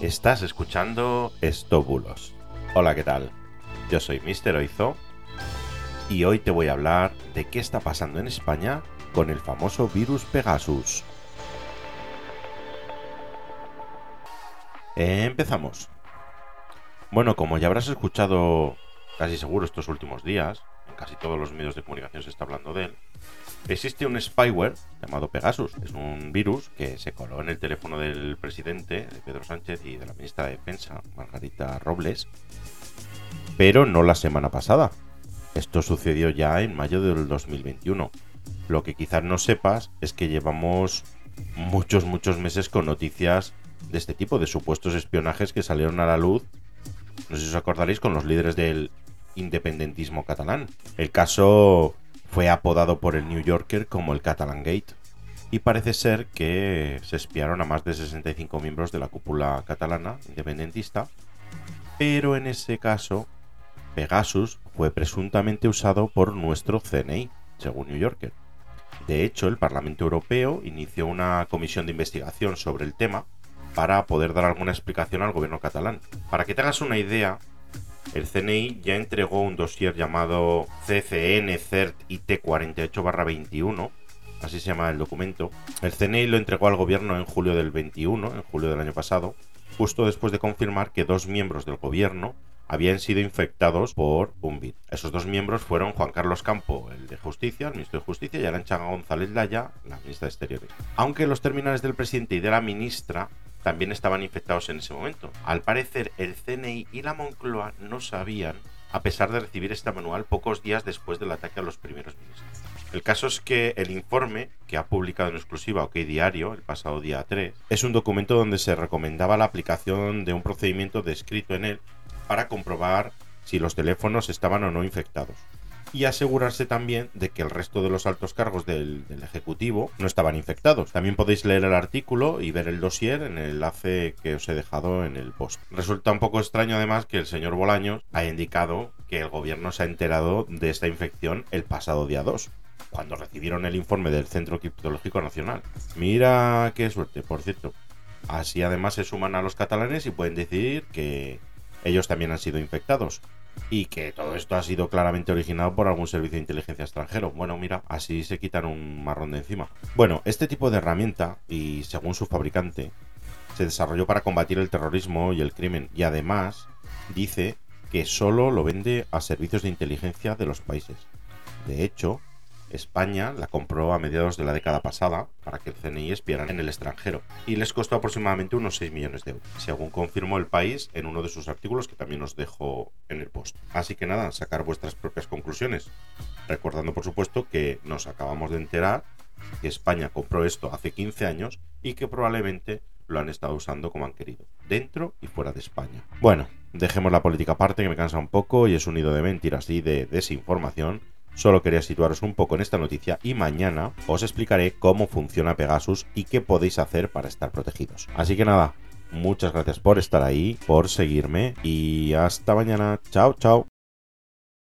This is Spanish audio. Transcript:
Estás escuchando Stop Bulos. Hola, ¿qué tal? Yo soy Mr. Oizo y hoy te voy a hablar de qué está pasando en España con el famoso virus Pegasus. Empezamos. Bueno, como ya habrás escuchado casi seguro estos últimos días, en casi todos los medios de comunicación se está hablando de él, existe un spyware llamado Pegasus. Es un virus que se coló en el teléfono del presidente, de Pedro Sánchez, y de la ministra de Defensa, Margarita Robles, pero no la semana pasada. Esto sucedió ya en mayo del 2021. Lo que quizás no sepas es que llevamos muchos meses con noticias de este tipo, de supuestos espionajes que salieron a la luz. No sé si os acordaréis, con los líderes del independentismo catalán. El caso fue apodado por el New Yorker como el Catalan Gate. Y parece ser que se espiaron a más de 65 miembros de la cúpula catalana independentista. Pero en ese caso, Pegasus fue presuntamente usado por nuestro CNI, según New Yorker. De hecho, el Parlamento Europeo inició una comisión de investigación sobre el tema para poder dar alguna explicación al gobierno catalán. Para que te hagas una idea, el CNI ya entregó un dossier llamado CCN CERT IT 48/21, así se llama el documento. El CNI lo entregó al gobierno en julio del 21, en julio del año pasado, justo después de confirmar que 2 miembros del gobierno habían sido infectados por un virus. Esos 2 miembros fueron Juan Carlos Campo, el de Justicia, el ministro de Justicia, y Arantxa González Laya, la ministra de Exteriores. Aunque los terminales del presidente y de la ministra también estaban infectados en ese momento. Al parecer, el CNI y la Moncloa no sabían, a pesar de recibir este manual pocos días después del ataque a los primeros ministros. El caso es que el informe, que ha publicado en exclusiva OK Diario el pasado día 3, es un documento donde se recomendaba la aplicación de un procedimiento descrito en él para comprobar si los teléfonos estaban o no infectados, y asegurarse también de que el resto de los altos cargos del Ejecutivo no estaban infectados. También podéis leer el artículo y ver el dossier en el enlace que os he dejado en el post. Resulta un poco extraño además que el señor Bolaños haya indicado que el gobierno se ha enterado de esta infección el pasado día 2, cuando recibieron el informe del Centro Criptológico Nacional. Mira qué suerte, por cierto. Así además se suman a los catalanes y pueden decir que ellos también han sido infectados, y que todo esto ha sido claramente originado por algún servicio de inteligencia extranjero. Bueno, mira, así se quitan un marrón de encima. Bueno, este tipo de herramienta, y según su fabricante, se desarrolló para combatir el terrorismo y el crimen, y además dice que solo lo vende a servicios de inteligencia de los países. De hecho, España la compró a mediados de la década pasada para que el CNI espiara en el extranjero, y les costó aproximadamente unos 6 millones de euros, según confirmó El País en uno de sus artículos, que también os dejo en el post. Así que nada, sacar vuestras propias conclusiones, recordando por supuesto que nos acabamos de enterar que España compró esto hace 15 años y que probablemente lo han estado usando como han querido, dentro y fuera de España. Bueno, dejemos la política aparte, que me cansa un poco y es un nido de mentiras y de desinformación. Solo quería situaros un poco en esta noticia, y mañana os explicaré cómo funciona Pegasus y qué podéis hacer para estar protegidos. Así que nada, muchas gracias por estar ahí, por seguirme, y hasta mañana. Chao, chao.